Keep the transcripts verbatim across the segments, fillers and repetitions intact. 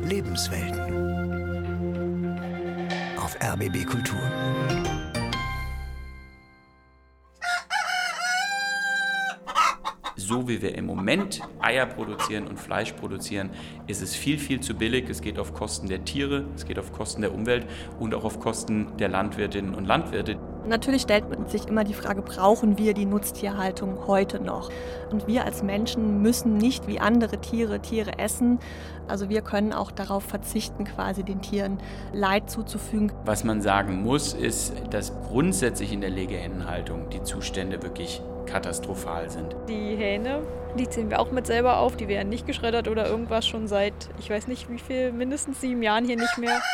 Lebenswelten. Auf R B B Kultur. So wie wir im Moment Eier produzieren und Fleisch produzieren, ist es viel, viel zu billig. Es geht auf Kosten der Tiere, es geht auf Kosten der Umwelt und auch auf Kosten der Landwirtinnen und Landwirte. Natürlich stellt man sich immer die Frage, brauchen wir die Nutztierhaltung heute noch? Und wir als Menschen müssen nicht wie andere Tiere Tiere essen. Also wir können auch darauf verzichten, quasi den Tieren Leid zuzufügen. Was man sagen muss, ist, dass grundsätzlich in der Legehennenhaltung die Zustände wirklich katastrophal sind. Die Hähne, die ziehen wir auch mit selber auf. Die werden nicht geschreddert oder irgendwas schon seit, ich weiß nicht wie viel, mindestens sieben Jahren hier nicht mehr.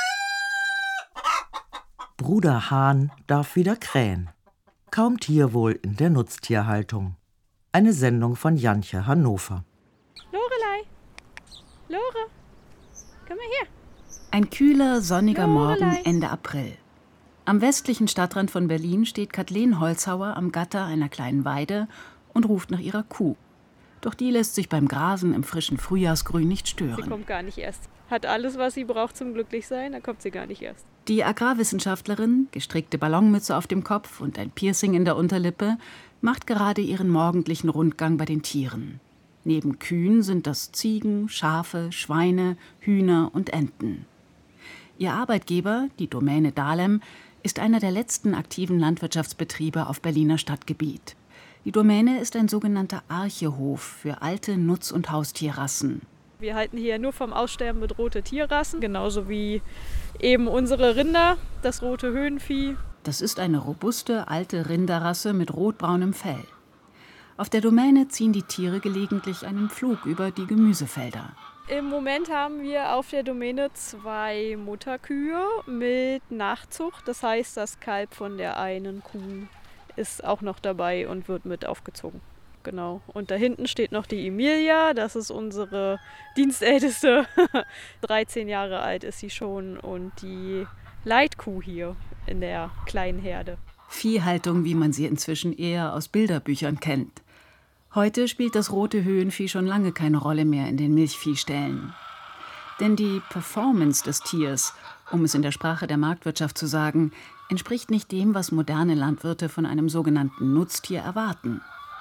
Bruder Hahn darf wieder krähen. Kaum Tierwohl in der Nutztierhaltung. Eine Sendung von Jantje Hannover. Lorelei, Lore, komm mal her. Ein kühler, sonniger Lorelei. Morgen Ende April. Am westlichen Stadtrand von Berlin steht Kathleen Holzhauer am Gatter einer kleinen Weide und ruft nach ihrer Kuh. Doch die lässt sich beim Grasen im frischen Frühjahrsgrün nicht stören. Sie kommt gar nicht erst. Hat alles, was sie braucht zum Glücklichsein, da kommt sie gar nicht erst. Die Agrarwissenschaftlerin, gestrickte Ballonmütze auf dem Kopf und ein Piercing in der Unterlippe, macht gerade ihren morgendlichen Rundgang bei den Tieren. Neben Kühen sind das Ziegen, Schafe, Schweine, Hühner und Enten. Ihr Arbeitgeber, die Domäne Dahlem, ist einer der letzten aktiven Landwirtschaftsbetriebe auf Berliner Stadtgebiet. Die Domäne ist ein sogenannter Archehof für alte Nutz- und Haustierrassen. Wir halten hier nur vom Aussterben bedrohte Tierrassen, genauso wie eben unsere Rinder, das rote Höhenvieh. Das ist eine robuste, alte Rinderrasse mit rotbraunem Fell. Auf der Domäne ziehen die Tiere gelegentlich einen Flug über die Gemüsefelder. Im Moment haben wir auf der Domäne zwei Mutterkühe mit Nachzucht. Das heißt, das Kalb von der einen Kuh ist auch noch dabei und wird mit aufgezogen. Genau. Und da hinten steht noch die Emilia. Das ist unsere Dienstälteste. dreizehn Jahre alt ist sie schon und die Leitkuh hier in der kleinen Herde. Viehhaltung, wie man sie inzwischen eher aus Bilderbüchern kennt. Heute spielt das rote Höhenvieh schon lange keine Rolle mehr in den Milchviehställen. Denn die Performance des Tiers, um es in der Sprache der Marktwirtschaft zu sagen, entspricht nicht dem, was moderne Landwirte von einem sogenannten Nutztier erwarten.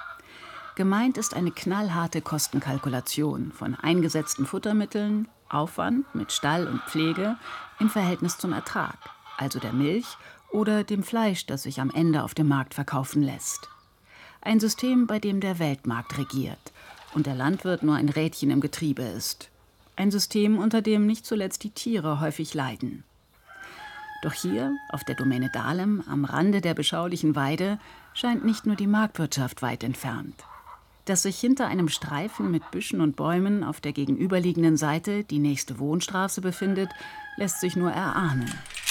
Gemeint ist eine knallharte Kostenkalkulation von eingesetzten Futtermitteln, Aufwand mit Stall und Pflege im Verhältnis zum Ertrag, also der Milch oder dem Fleisch, das sich am Ende auf dem Markt verkaufen lässt. Ein System, bei dem der Weltmarkt regiert und der Landwirt nur ein Rädchen im Getriebe ist. Ein System, unter dem nicht zuletzt die Tiere häufig leiden. Doch hier, auf der Domäne Dahlem, am Rande der beschaulichen Weide, scheint nicht nur die Marktwirtschaft weit entfernt. Dass sich hinter einem Streifen mit Büschen und Bäumen auf der gegenüberliegenden Seite die nächste Wohnstraße befindet, lässt sich nur erahnen.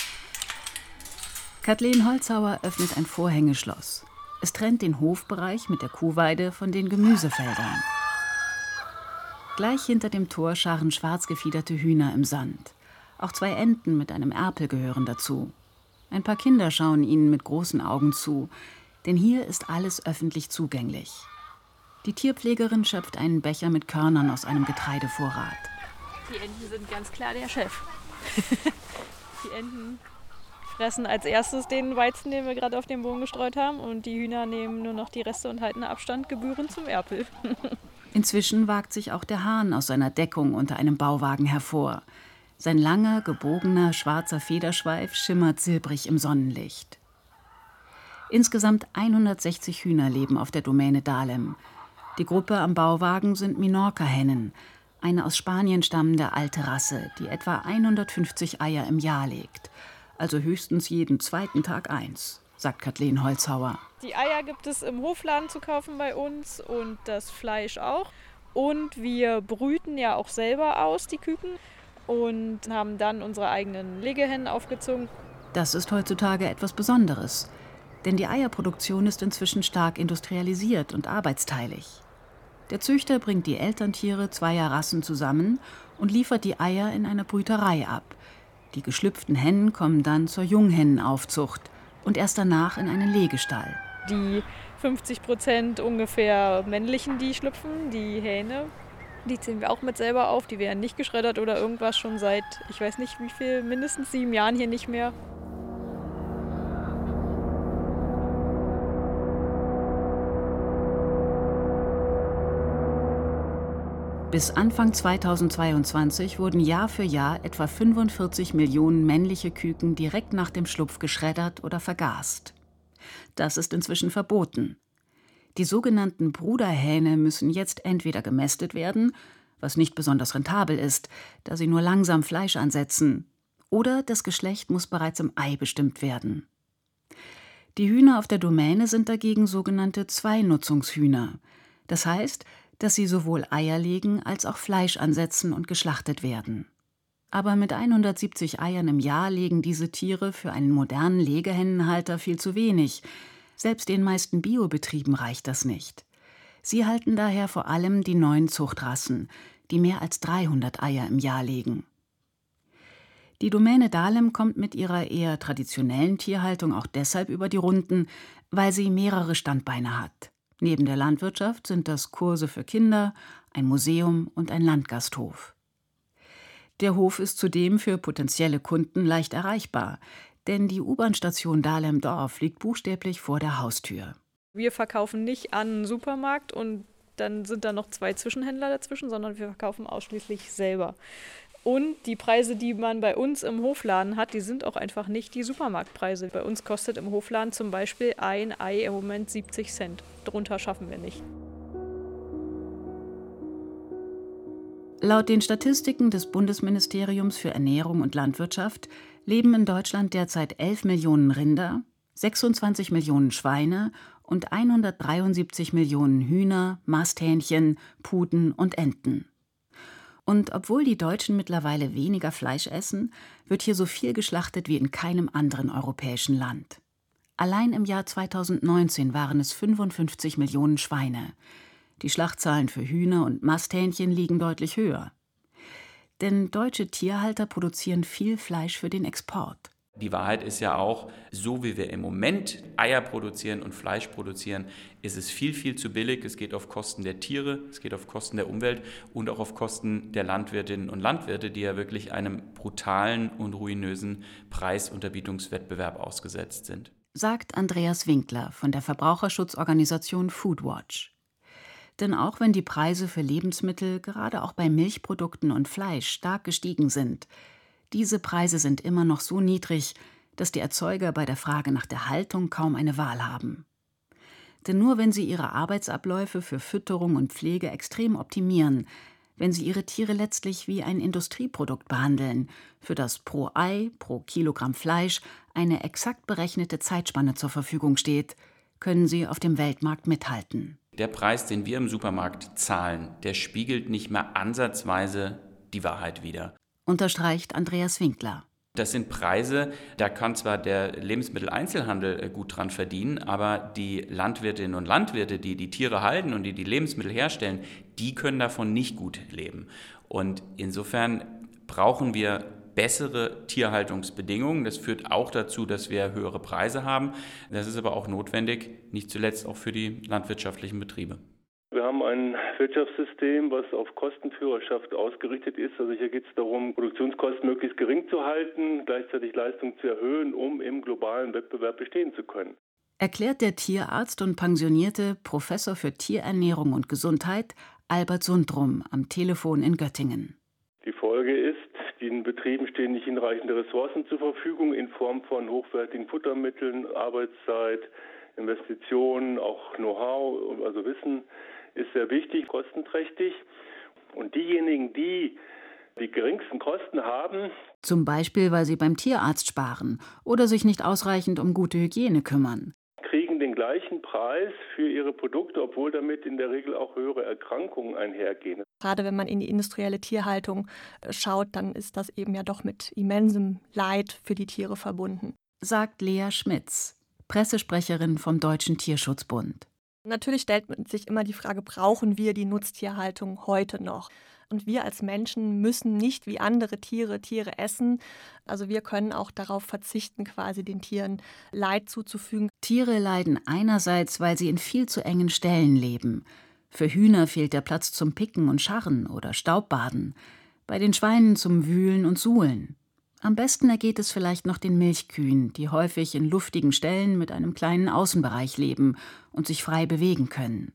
Kathleen Holzhauer öffnet ein Vorhängeschloss. Es trennt den Hofbereich mit der Kuhweide von den Gemüsefeldern. Gleich hinter dem Tor scharren schwarz gefiederte Hühner im Sand. Auch zwei Enten mit einem Erpel gehören dazu. Ein paar Kinder schauen ihnen mit großen Augen zu, denn hier ist alles öffentlich zugänglich. Die Tierpflegerin schöpft einen Becher mit Körnern aus einem Getreidevorrat. Die Enten sind ganz klar der Chef. Die Enten fressen als erstes den Weizen, den wir gerade auf den Boden gestreut haben, und die Hühner nehmen nur noch die Reste und halten Abstand gebührend zum Erpel. Inzwischen wagt sich auch der Hahn aus seiner Deckung unter einem Bauwagen hervor. Sein langer, gebogener, schwarzer Federschweif schimmert silbrig im Sonnenlicht. Insgesamt hundertsechzig Hühner leben auf der Domäne Dahlem. Die Gruppe am Bauwagen sind Minorca-Hennen, eine aus Spanien stammende alte Rasse, die etwa hundertfünfzig Eier im Jahr legt. Also höchstens jeden zweiten Tag eins, sagt Kathleen Holzhauer. Die Eier gibt es im Hofladen zu kaufen bei uns und das Fleisch auch. Und wir brüten ja auch selber aus, die Küken, und haben dann unsere eigenen Legehennen aufgezogen. Das ist heutzutage etwas Besonderes, denn die Eierproduktion ist inzwischen stark industrialisiert und arbeitsteilig. Der Züchter bringt die Elterntiere zweier Rassen zusammen und liefert die Eier in einer Brüterei ab. Die geschlüpften Hennen kommen dann zur Junghennenaufzucht und erst danach in einen Legestall. Die fünfzig Prozent ungefähr männlichen, die schlüpfen, die Hähne, Die ziehen wir auch mit selber auf. Die werden nicht geschreddert oder irgendwas, schon seit, ich weiß nicht wie viel, mindestens sieben Jahren hier nicht mehr. Bis Anfang zweitausendzweiundzwanzig wurden Jahr für Jahr etwa fünfundvierzig Millionen männliche Küken direkt nach dem Schlupf geschreddert oder vergast. Das ist inzwischen verboten. Die sogenannten Bruderhähne müssen jetzt entweder gemästet werden, was nicht besonders rentabel ist, da sie nur langsam Fleisch ansetzen, oder das Geschlecht muss bereits im Ei bestimmt werden. Die Hühner auf der Domäne sind dagegen sogenannte Zweinutzungshühner. Das heißt, dass sie sowohl Eier legen als auch Fleisch ansetzen und geschlachtet werden. Aber mit hundertsiebzig Eiern im Jahr legen diese Tiere für einen modernen Legehennenhalter viel zu wenig. Selbst den meisten Biobetrieben reicht das nicht. Sie halten daher vor allem die neuen Zuchtrassen, die mehr als dreihundert Eier im Jahr legen. Die Domäne Dahlem kommt mit ihrer eher traditionellen Tierhaltung auch deshalb über die Runden, weil sie mehrere Standbeine hat. Neben der Landwirtschaft sind das Kurse für Kinder, ein Museum und ein Landgasthof. Der Hof ist zudem für potenzielle Kunden leicht erreichbar, denn die U-Bahn-Station Dahlem-Dorf liegt buchstäblich vor der Haustür. Wir verkaufen nicht an einen Supermarkt und dann sind da noch zwei Zwischenhändler dazwischen, sondern wir verkaufen ausschließlich selber. Und die Preise, die man bei uns im Hofladen hat, die sind auch einfach nicht die Supermarktpreise. Bei uns kostet im Hofladen zum Beispiel ein Ei im Moment siebzig Cent. Drunter schaffen wir nicht. Laut den Statistiken des Bundesministeriums für Ernährung und Landwirtschaft leben in Deutschland derzeit elf Millionen Rinder, sechsundzwanzig Millionen Schweine und hundertdreiundsiebzig Millionen Hühner, Masthähnchen, Puten und Enten. Und obwohl die Deutschen mittlerweile weniger Fleisch essen, wird hier so viel geschlachtet wie in keinem anderen europäischen Land. Allein im Jahr zweitausendneunzehn waren es fünfundfünfzig Millionen Schweine. Die Schlachtzahlen für Hühner und Masthähnchen liegen deutlich höher. Denn deutsche Tierhalter produzieren viel Fleisch für den Export. Die Wahrheit ist ja auch, so wie wir im Moment Eier produzieren und Fleisch produzieren, ist es viel, viel zu billig. Es geht auf Kosten der Tiere, es geht auf Kosten der Umwelt und auch auf Kosten der Landwirtinnen und Landwirte, die ja wirklich einem brutalen und ruinösen Preisunterbietungswettbewerb ausgesetzt sind. Sagt Andreas Winkler von der Verbraucherschutzorganisation Foodwatch. Denn auch wenn die Preise für Lebensmittel, gerade auch bei Milchprodukten und Fleisch, stark gestiegen sind, diese Preise sind immer noch so niedrig, dass die Erzeuger bei der Frage nach der Haltung kaum eine Wahl haben. Denn nur wenn sie ihre Arbeitsabläufe für Fütterung und Pflege extrem optimieren, wenn sie ihre Tiere letztlich wie ein Industrieprodukt behandeln, für das pro Ei, pro Kilogramm Fleisch eine exakt berechnete Zeitspanne zur Verfügung steht, können sie auf dem Weltmarkt mithalten. Der Preis, den wir im Supermarkt zahlen, der spiegelt nicht mehr ansatzweise die Wahrheit wider. Unterstreicht Andreas Winkler. Das sind Preise, da kann zwar der Lebensmitteleinzelhandel gut dran verdienen, aber die Landwirtinnen und Landwirte, die die Tiere halten und die die Lebensmittel herstellen, die können davon nicht gut leben. Und insofern brauchen wir bessere Tierhaltungsbedingungen. Das führt auch dazu, dass wir höhere Preise haben. Das ist aber auch notwendig, nicht zuletzt auch für die landwirtschaftlichen Betriebe. Wir haben ein Wirtschaftssystem, was auf Kostenführerschaft ausgerichtet ist. Also hier geht es darum, Produktionskosten möglichst gering zu halten, gleichzeitig Leistung zu erhöhen, um im globalen Wettbewerb bestehen zu können. Erklärt der Tierarzt und pensionierte Professor für Tierernährung und Gesundheit Albert Sundrum am Telefon in Göttingen. Die Folge ist, den Betrieben stehen nicht hinreichende Ressourcen zur Verfügung in Form von hochwertigen Futtermitteln, Arbeitszeit, Investitionen, auch Know-how, also Wissen ist sehr wichtig, kostenträchtig. Und diejenigen, die die geringsten Kosten haben, zum Beispiel, weil sie beim Tierarzt sparen oder sich nicht ausreichend um gute Hygiene kümmern, kriegen den gleichen Preis für ihre Produkte, obwohl damit in der Regel auch höhere Erkrankungen einhergehen. Gerade wenn man in die industrielle Tierhaltung schaut, dann ist das eben ja doch mit immensem Leid für die Tiere verbunden. Sagt Lea Schmitz, Pressesprecherin vom Deutschen Tierschutzbund. Natürlich stellt man sich immer die Frage, brauchen wir die Nutztierhaltung heute noch? Und wir als Menschen müssen nicht wie andere Tiere Tiere essen. Also wir können auch darauf verzichten, quasi den Tieren Leid zuzufügen. Tiere leiden einerseits, weil sie in viel zu engen Ställen leben. Für Hühner fehlt der Platz zum Picken und Scharren oder Staubbaden, bei den Schweinen zum Wühlen und Suhlen. Am besten ergeht es vielleicht noch den Milchkühen, die häufig in luftigen Ställen mit einem kleinen Außenbereich leben und sich frei bewegen können.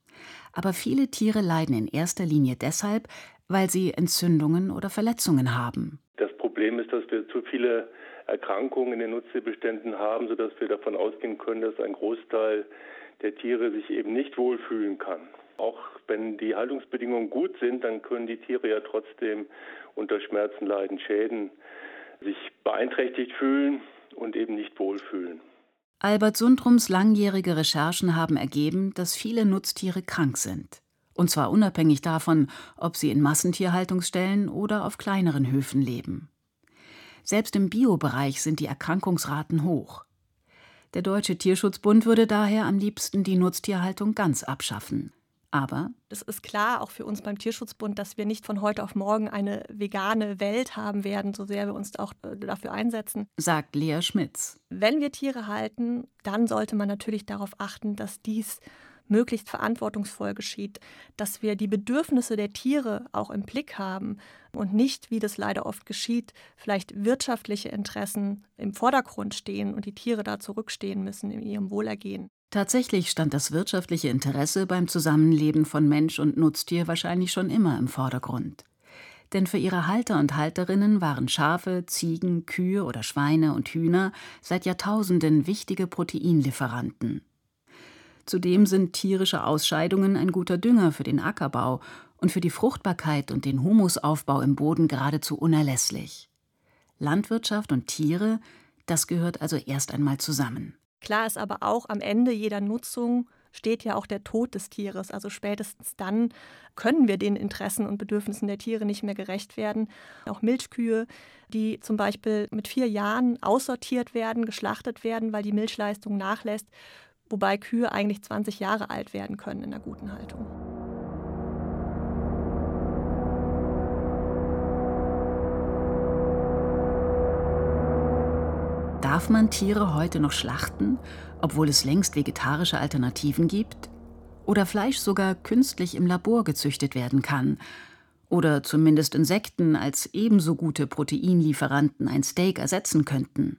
Aber viele Tiere leiden in erster Linie deshalb, weil sie Entzündungen oder Verletzungen haben. Das Problem ist, dass wir zu viele Erkrankungen in den Nutztierbeständen haben, sodass wir davon ausgehen können, dass ein Großteil der Tiere sich eben nicht wohlfühlen kann. Auch wenn die Haltungsbedingungen gut sind, dann können die Tiere ja trotzdem unter Schmerzen, Leiden, Schäden sich beeinträchtigt fühlen und eben nicht wohlfühlen. Albert Sundrums langjährige Recherchen haben ergeben, dass viele Nutztiere krank sind. Und zwar unabhängig davon, ob sie in Massentierhaltungsstellen oder auf kleineren Höfen leben. Selbst im Biobereich sind die Erkrankungsraten hoch. Der Deutsche Tierschutzbund würde daher am liebsten die Nutztierhaltung ganz abschaffen. Aber es ist klar, auch für uns beim Tierschutzbund, dass wir nicht von heute auf morgen eine vegane Welt haben werden, so sehr wir uns auch dafür einsetzen, sagt Lea Schmitz. Wenn wir Tiere halten, dann sollte man natürlich darauf achten, dass dies möglichst verantwortungsvoll geschieht, dass wir die Bedürfnisse der Tiere auch im Blick haben und nicht, wie das leider oft geschieht, vielleicht wirtschaftliche Interessen im Vordergrund stehen und die Tiere da zurückstehen müssen in ihrem Wohlergehen. Tatsächlich stand das wirtschaftliche Interesse beim Zusammenleben von Mensch und Nutztier wahrscheinlich schon immer im Vordergrund. Denn für ihre Halter und Halterinnen waren Schafe, Ziegen, Kühe oder Schweine und Hühner seit Jahrtausenden wichtige Proteinlieferanten. Zudem sind tierische Ausscheidungen ein guter Dünger für den Ackerbau und für die Fruchtbarkeit und den Humusaufbau im Boden geradezu unerlässlich. Landwirtschaft und Tiere, das gehört also erst einmal zusammen. Klar ist aber auch, am Ende jeder Nutzung steht ja auch der Tod des Tieres. Also spätestens dann können wir den Interessen und Bedürfnissen der Tiere nicht mehr gerecht werden. Auch Milchkühe, die zum Beispiel mit vier Jahren aussortiert werden, geschlachtet werden, weil die Milchleistung nachlässt, wobei Kühe eigentlich zwanzig Jahre alt werden können in einer guten Haltung. Darf man Tiere heute noch schlachten, obwohl es längst vegetarische Alternativen gibt? Oder Fleisch sogar künstlich im Labor gezüchtet werden kann? Oder zumindest Insekten als ebenso gute Proteinlieferanten ein Steak ersetzen könnten?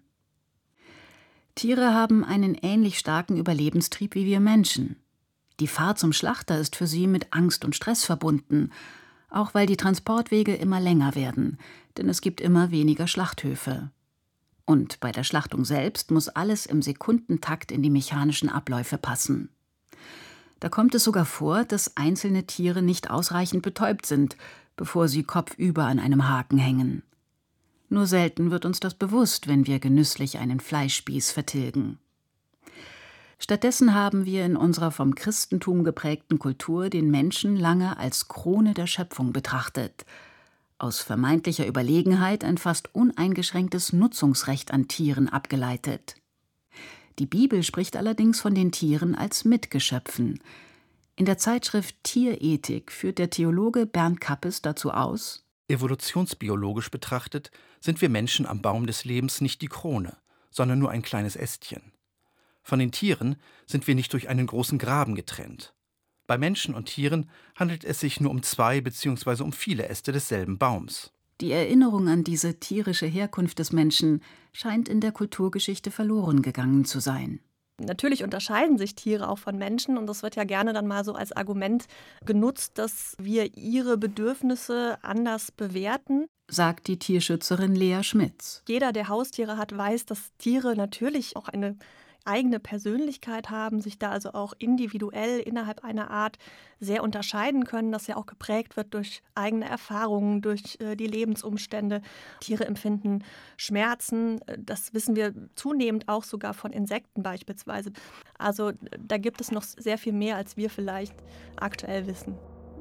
Tiere haben einen ähnlich starken Überlebenstrieb wie wir Menschen. Die Fahrt zum Schlachter ist für sie mit Angst und Stress verbunden, auch weil die Transportwege immer länger werden, denn es gibt immer weniger Schlachthöfe. Und bei der Schlachtung selbst muss alles im Sekundentakt in die mechanischen Abläufe passen. Da kommt es sogar vor, dass einzelne Tiere nicht ausreichend betäubt sind, bevor sie kopfüber an einem Haken hängen. Nur selten wird uns das bewusst, wenn wir genüsslich einen Fleischspieß vertilgen. Stattdessen haben wir in unserer vom Christentum geprägten Kultur den Menschen lange als Krone der Schöpfung betrachtet, aus vermeintlicher Überlegenheit ein fast uneingeschränktes Nutzungsrecht an Tieren abgeleitet. Die Bibel spricht allerdings von den Tieren als Mitgeschöpfen. In der Zeitschrift Tierethik führt der Theologe Bernd Kappes dazu aus: Evolutionsbiologisch betrachtet sind wir Menschen am Baum des Lebens nicht die Krone, sondern nur ein kleines Ästchen. Von den Tieren sind wir nicht durch einen großen Graben getrennt. Bei Menschen und Tieren handelt es sich nur um zwei bzw. um viele Äste desselben Baums. Die Erinnerung an diese tierische Herkunft des Menschen scheint in der Kulturgeschichte verloren gegangen zu sein. Natürlich unterscheiden sich Tiere auch von Menschen und das wird ja gerne dann mal so als Argument genutzt, dass wir ihre Bedürfnisse anders bewerten, sagt die Tierschützerin Lea Schmitz. Jeder, der Haustiere hat, weiß, dass Tiere natürlich auch eine eigene Persönlichkeit haben, sich da also auch individuell innerhalb einer Art sehr unterscheiden können, das ja auch geprägt wird durch eigene Erfahrungen, durch äh, die Lebensumstände. Tiere empfinden Schmerzen, das wissen wir zunehmend auch sogar von Insekten beispielsweise. Also da gibt es noch sehr viel mehr, als wir vielleicht aktuell wissen.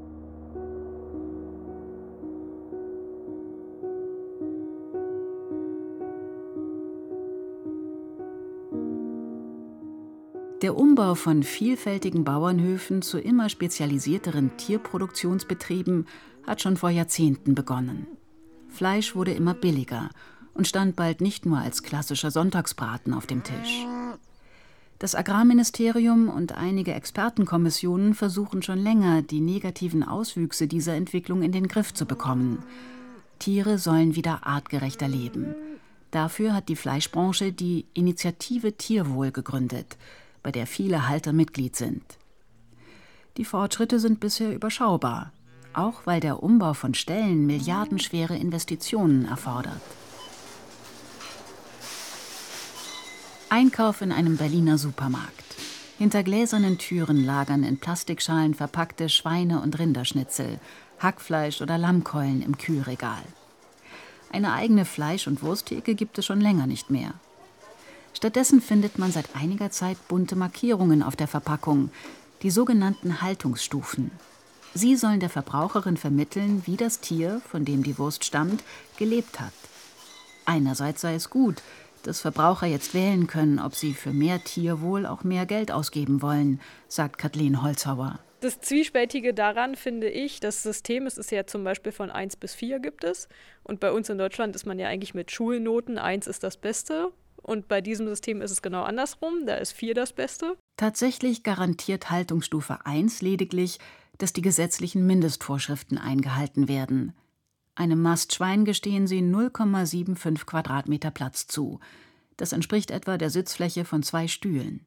Der Umbau von vielfältigen Bauernhöfen zu immer spezialisierteren Tierproduktionsbetrieben hat schon vor Jahrzehnten begonnen. Fleisch wurde immer billiger und stand bald nicht nur als klassischer Sonntagsbraten auf dem Tisch. Das Agrarministerium und einige Expertenkommissionen versuchen schon länger, die negativen Auswüchse dieser Entwicklung in den Griff zu bekommen. Tiere sollen wieder artgerechter leben. Dafür hat die Fleischbranche die Initiative Tierwohl gegründet, bei der viele Halter Mitglied sind. Die Fortschritte sind bisher überschaubar, auch weil der Umbau von Ställen milliardenschwere Investitionen erfordert. Einkauf in einem Berliner Supermarkt. Hinter gläsernen Türen lagern in Plastikschalen verpackte Schweine- und Rinderschnitzel, Hackfleisch oder Lammkeulen im Kühlregal. Eine eigene Fleisch- und Wursttheke gibt es schon länger nicht mehr. Stattdessen findet man seit einiger Zeit bunte Markierungen auf der Verpackung, die sogenannten Haltungsstufen. Sie sollen der Verbraucherin vermitteln, wie das Tier, von dem die Wurst stammt, gelebt hat. Einerseits sei es gut, dass Verbraucher jetzt wählen können, ob sie für mehr Tierwohl auch mehr Geld ausgeben wollen, sagt Kathleen Holzhauer. Das Zwiespältige daran finde ich, das System, es ist ja zum Beispiel von eins bis vier gibt es. Und bei uns in Deutschland ist man ja eigentlich mit Schulnoten, eins ist das Beste. Und bei diesem System ist es genau andersrum, da ist vier das Beste. Tatsächlich garantiert Haltungsstufe eins lediglich, dass die gesetzlichen Mindestvorschriften eingehalten werden. Einem Mastschwein gestehen sie null Komma fünfundsiebzig Quadratmeter Platz zu. Das entspricht etwa der Sitzfläche von zwei Stühlen.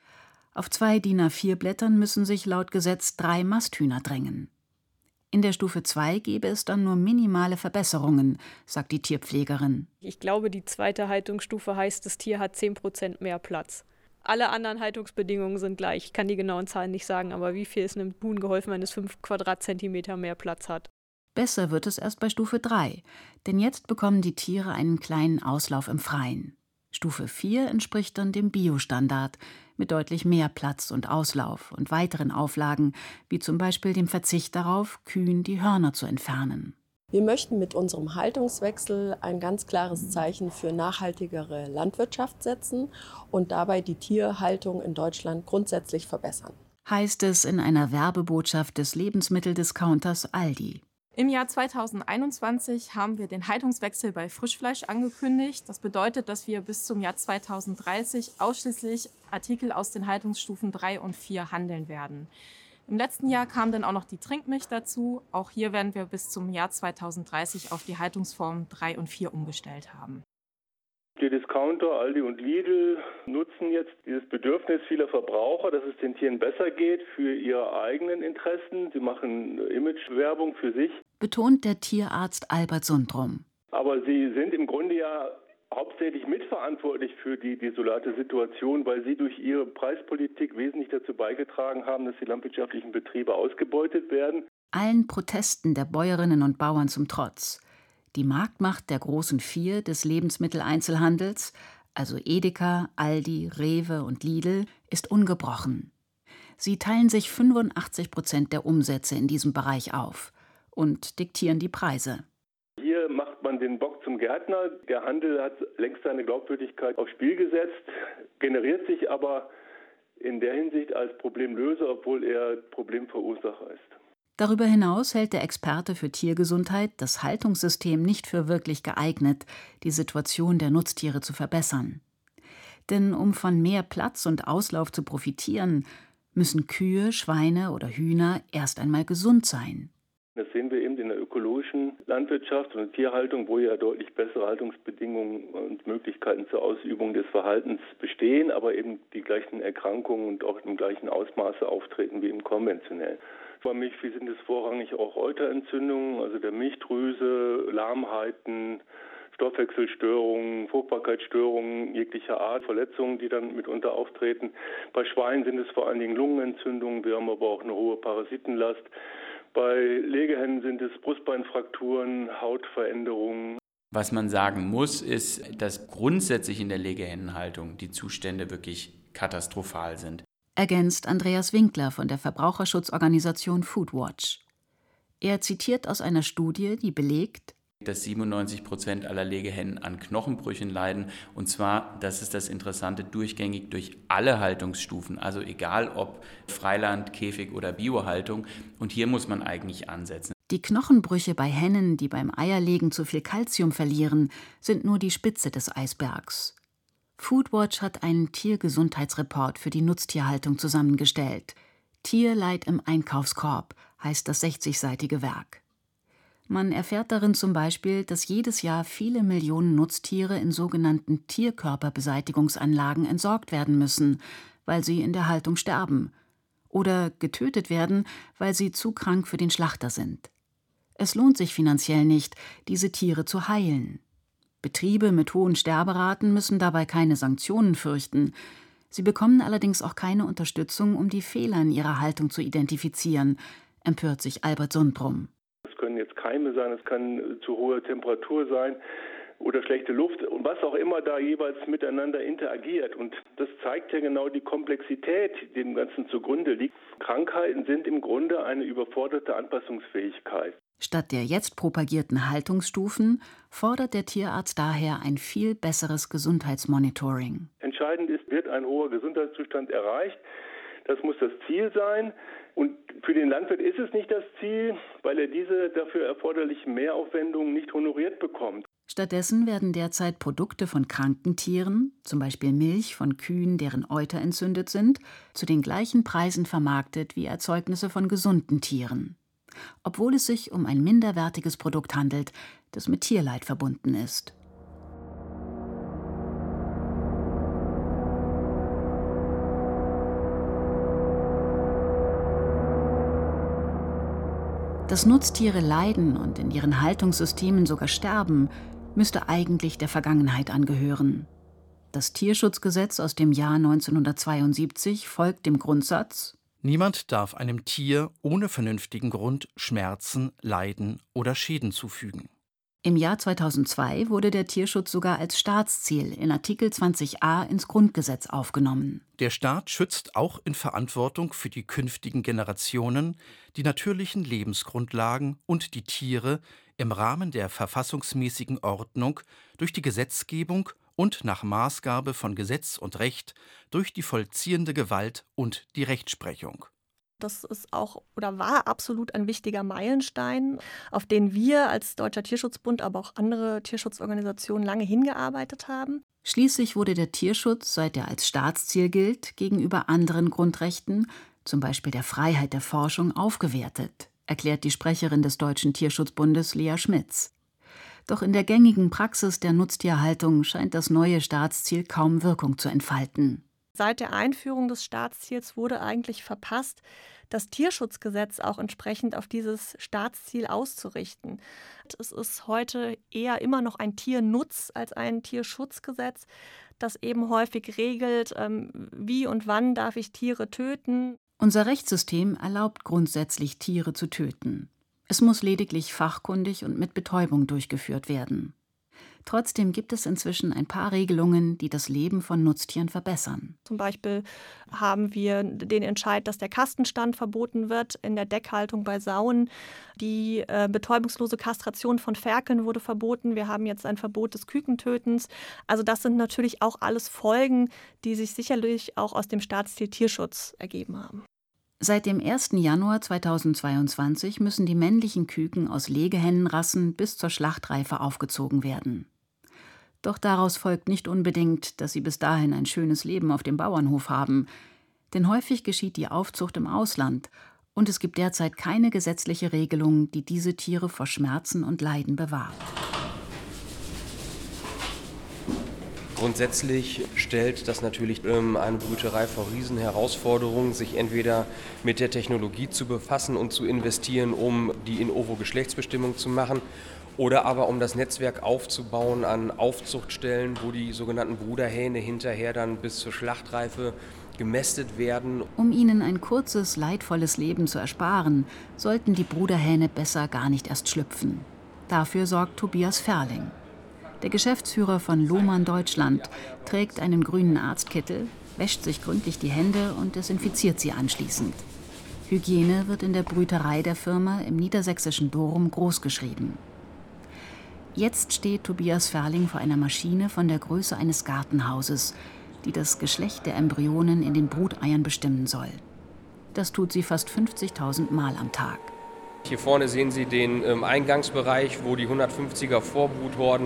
Auf zwei D I N A vier Blättern müssen sich laut Gesetz drei Masthühner drängen. In der Stufe zwei gäbe es dann nur minimale Verbesserungen, sagt die Tierpflegerin. Ich glaube, die zweite Haltungsstufe heißt, das Tier hat zehn Prozent mehr Platz. Alle anderen Haltungsbedingungen sind gleich. Ich kann die genauen Zahlen nicht sagen, aber wie viel ist einem Huhn geholfen, wenn es fünf Quadratzentimeter mehr Platz hat? Besser wird es erst bei Stufe drei, denn jetzt bekommen die Tiere einen kleinen Auslauf im Freien. Stufe vier entspricht dann dem Biostandard mit deutlich mehr Platz und Auslauf und weiteren Auflagen, wie zum Beispiel dem Verzicht darauf, Kühen die Hörner zu entfernen. Wir möchten mit unserem Haltungswechsel ein ganz klares Zeichen für nachhaltigere Landwirtschaft setzen und dabei die Tierhaltung in Deutschland grundsätzlich verbessern. Heißt es in einer Werbebotschaft des Lebensmitteldiscounters Aldi. Im Jahr zweitausendeinundzwanzig haben wir den Haltungswechsel bei Frischfleisch angekündigt. Das bedeutet, dass wir bis zum Jahr zweitausenddreißig ausschließlich Artikel aus den Haltungsstufen drei und vier handeln werden. Im letzten Jahr kam dann auch noch die Trinkmilch dazu. Auch hier werden wir bis zum Jahr zweitausenddreißig auf die Haltungsformen drei und vier umgestellt haben. Die Discounter, Aldi und Lidl nutzen jetzt dieses Bedürfnis vieler Verbraucher, dass es den Tieren besser geht, für ihre eigenen Interessen. Sie machen Imagewerbung für sich. Betont der Tierarzt Albert Sundrum. Aber sie sind im Grunde ja hauptsächlich mitverantwortlich für die desolate Situation, weil sie durch ihre Preispolitik wesentlich dazu beigetragen haben, dass die landwirtschaftlichen Betriebe ausgebeutet werden. Allen Protesten der Bäuerinnen und Bauern zum Trotz. Die Marktmacht der großen Vier des Lebensmitteleinzelhandels, also Edeka, Aldi, Rewe und Lidl, ist ungebrochen. Sie teilen sich fünfundachtzig Prozent der Umsätze in diesem Bereich auf und diktieren die Preise. Hier macht man den Bock zum Gärtner. Der Handel hat längst seine Glaubwürdigkeit aufs Spiel gesetzt, generiert sich aber in der Hinsicht als Problemlöser, obwohl er Problemverursacher ist. Darüber hinaus hält der Experte für Tiergesundheit das Haltungssystem nicht für wirklich geeignet, die Situation der Nutztiere zu verbessern. Denn um von mehr Platz und Auslauf zu profitieren, müssen Kühe, Schweine oder Hühner erst einmal gesund sein. Das sehen wir eben in der ökologischen Landwirtschaft und Tierhaltung, wo ja deutlich bessere Haltungsbedingungen und Möglichkeiten zur Ausübung des Verhaltens bestehen, aber eben die gleichen Erkrankungen und auch im gleichen Ausmaße auftreten wie im konventionellen. Bei Milchvieh sind es vorrangig auch Euterentzündungen, also der Milchdrüse, Lahmheiten, Stoffwechselstörungen, Fruchtbarkeitsstörungen jeglicher Art, Verletzungen, die dann mitunter auftreten. Bei Schweinen sind es vor allen Dingen Lungenentzündungen, wir haben aber auch eine hohe Parasitenlast. Bei Legehennen sind es Brustbeinfrakturen, Hautveränderungen. Was man sagen muss, ist, dass grundsätzlich in der Legehennenhaltung die Zustände wirklich katastrophal sind. Ergänzt Andreas Winkler von der Verbraucherschutzorganisation Foodwatch. Er zitiert aus einer Studie, die belegt, dass siebenundneunzig Prozent aller Legehennen an Knochenbrüchen leiden. Und zwar, das ist das Interessante, durchgängig durch alle Haltungsstufen. Also egal ob Freiland, Käfig oder Biohaltung. Und hier muss man eigentlich ansetzen. Die Knochenbrüche bei Hennen, die beim Eierlegen zu viel Kalzium verlieren, sind nur die Spitze des Eisbergs. Foodwatch hat einen Tiergesundheitsreport für die Nutztierhaltung zusammengestellt. Tierleid im Einkaufskorb heißt das sechzigseitige Werk. Man erfährt darin zum Beispiel, dass jedes Jahr viele Millionen Nutztiere in sogenannten Tierkörperbeseitigungsanlagen entsorgt werden müssen, weil sie in der Haltung sterben. Oder getötet werden, weil sie zu krank für den Schlachter sind. Es lohnt sich finanziell nicht, diese Tiere zu heilen. Betriebe mit hohen Sterberaten müssen dabei keine Sanktionen fürchten. Sie bekommen allerdings auch keine Unterstützung, um die Fehler in ihrer Haltung zu identifizieren, empört sich Albert Sundbrum. Es können jetzt Keime sein, es kann zu hohe Temperatur sein oder schlechte Luft und was auch immer da jeweils miteinander interagiert. Und das zeigt ja genau die Komplexität, die dem Ganzen zugrunde liegt. Krankheiten sind im Grunde eine überforderte Anpassungsfähigkeit. Statt der jetzt propagierten Haltungsstufen fordert der Tierarzt daher ein viel besseres Gesundheitsmonitoring. Entscheidend ist, wird ein hoher Gesundheitszustand erreicht. Das muss das Ziel sein. Und für den Landwirt ist es nicht das Ziel, weil er diese dafür erforderlichen Mehraufwendungen nicht honoriert bekommt. Stattdessen werden derzeit Produkte von kranken Tieren, zum Beispiel Milch von Kühen, deren Euter entzündet sind, zu den gleichen Preisen vermarktet wie Erzeugnisse von gesunden Tieren. Obwohl es sich um ein minderwertiges Produkt handelt, das mit Tierleid verbunden ist. Dass Nutztiere leiden und in ihren Haltungssystemen sogar sterben, müsste eigentlich der Vergangenheit angehören. Das Tierschutzgesetz aus dem Jahr neunzehnhundertzweiundsiebzig folgt dem Grundsatz: Niemand darf einem Tier ohne vernünftigen Grund Schmerzen, Leiden oder Schäden zufügen. Im Jahr zweitausendzwei wurde der Tierschutz sogar als Staatsziel in Artikel zwanzig a ins Grundgesetz aufgenommen. Der Staat schützt auch in Verantwortung für die künftigen Generationen die natürlichen Lebensgrundlagen und die Tiere im Rahmen der verfassungsmäßigen Ordnung durch die Gesetzgebung und nach Maßgabe von Gesetz und Recht durch die vollziehende Gewalt und die Rechtsprechung. Das ist auch oder war absolut ein wichtiger Meilenstein, auf den wir als Deutscher Tierschutzbund, aber auch andere Tierschutzorganisationen lange hingearbeitet haben. Schließlich wurde der Tierschutz, seit er als Staatsziel gilt, gegenüber anderen Grundrechten, zum Beispiel der Freiheit der Forschung, aufgewertet, erklärt die Sprecherin des Deutschen Tierschutzbundes Lea Schmitz. Doch in der gängigen Praxis der Nutztierhaltung scheint das neue Staatsziel kaum Wirkung zu entfalten. Seit der Einführung des Staatsziels wurde eigentlich verpasst, das Tierschutzgesetz auch entsprechend auf dieses Staatsziel auszurichten. Es ist heute eher immer noch ein Tiernutz als ein Tierschutzgesetz, das eben häufig regelt, wie und wann darf ich Tiere töten. Unser Rechtssystem erlaubt grundsätzlich, Tiere zu töten. Es muss lediglich fachkundig und mit Betäubung durchgeführt werden. Trotzdem gibt es inzwischen ein paar Regelungen, die das Leben von Nutztieren verbessern. Zum Beispiel haben wir den Entscheid, dass der Kastenstand verboten wird in der Deckhaltung bei Sauen. Die äh, betäubungslose Kastration von Ferkeln wurde verboten. Wir haben jetzt ein Verbot des Kükentötens. Also das sind natürlich auch alles Folgen, die sich sicherlich auch aus dem Staatsziel Tierschutz ergeben haben. Seit dem ersten Januar zweitausendzweiundzwanzig müssen die männlichen Küken aus Legehennenrassen bis zur Schlachtreife aufgezogen werden. Doch daraus folgt nicht unbedingt, dass sie bis dahin ein schönes Leben auf dem Bauernhof haben. Denn häufig geschieht die Aufzucht im Ausland und es gibt derzeit keine gesetzliche Regelung, die diese Tiere vor Schmerzen und Leiden bewahrt. Grundsätzlich stellt das natürlich ähm, eine Brüterei vor Riesenherausforderungen, sich entweder mit der Technologie zu befassen und zu investieren, um die In-ovo-Geschlechtsbestimmung zu machen, oder aber um das Netzwerk aufzubauen an Aufzuchtstellen, wo die sogenannten Bruderhähne hinterher dann bis zur Schlachtreife gemästet werden. Um ihnen ein kurzes, leidvolles Leben zu ersparen, sollten die Bruderhähne besser gar nicht erst schlüpfen. Dafür sorgt Tobias Ferling. Der Geschäftsführer von Lohmann Deutschland trägt einen grünen Arztkittel, wäscht sich gründlich die Hände und desinfiziert sie anschließend. Hygiene wird in der Brüterei der Firma im niedersächsischen Dorum großgeschrieben. Jetzt steht Tobias Ferling vor einer Maschine von der Größe eines Gartenhauses, die das Geschlecht der Embryonen in den Bruteiern bestimmen soll. Das tut sie fast fünfzigtausend Mal am Tag. Hier vorne sehen Sie den ähm, Eingangsbereich, wo die hundertfünfziger Vorbruthorden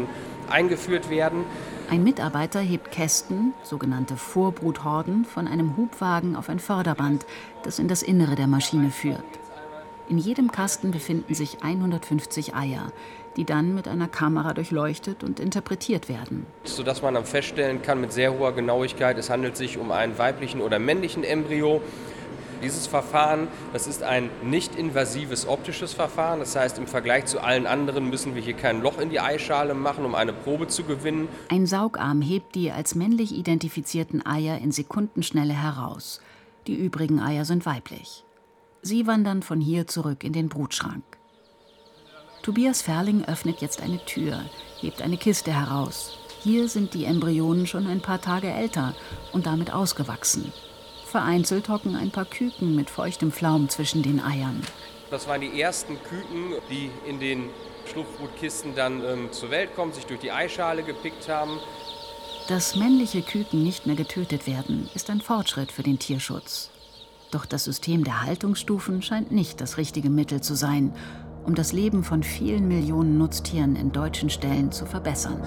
eingeführt werden. Ein Mitarbeiter hebt Kästen, sogenannte Vorbruthorden, von einem Hubwagen auf ein Förderband, das in das Innere der Maschine führt. In jedem Kasten befinden sich hundertfünfzig Eier, die dann mit einer Kamera durchleuchtet und interpretiert werden. Sodass man dann feststellen kann mit sehr hoher Genauigkeit, es handelt sich um einen weiblichen oder männlichen Embryo. Dieses Verfahren, das ist ein nicht invasives optisches Verfahren. Das heißt, im Vergleich zu allen anderen müssen wir hier kein Loch in die Eischale machen, um eine Probe zu gewinnen. Ein Saugarm hebt die als männlich identifizierten Eier in Sekundenschnelle heraus. Die übrigen Eier sind weiblich. Sie wandern von hier zurück in den Brutschrank. Tobias Ferling öffnet jetzt eine Tür, hebt eine Kiste heraus. Hier sind die Embryonen schon ein paar Tage älter und damit ausgewachsen. Vereinzelt hocken ein paar Küken mit feuchtem Flaum zwischen den Eiern. Das waren die ersten Küken, die in den Schlupfbrutkisten dann ähm, zur Welt kommen, sich durch die Eischale gepickt haben. Dass männliche Küken nicht mehr getötet werden, ist ein Fortschritt für den Tierschutz. Doch das System der Haltungsstufen scheint nicht das richtige Mittel zu sein, um das Leben von vielen Millionen Nutztieren in deutschen Ställen zu verbessern.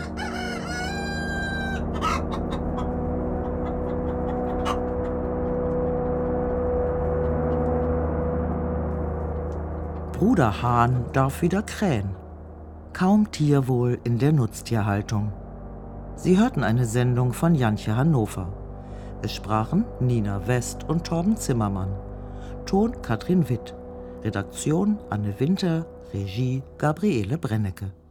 Bruder Hahn darf wieder krähen. Kaum Tierwohl in der Nutztierhaltung. Sie hörten eine Sendung von Jantje Hannover. Es sprachen Nina West und Torben Zimmermann. Ton Katrin Witt. Redaktion Anne Winter. Regie Gabriele Brennecke.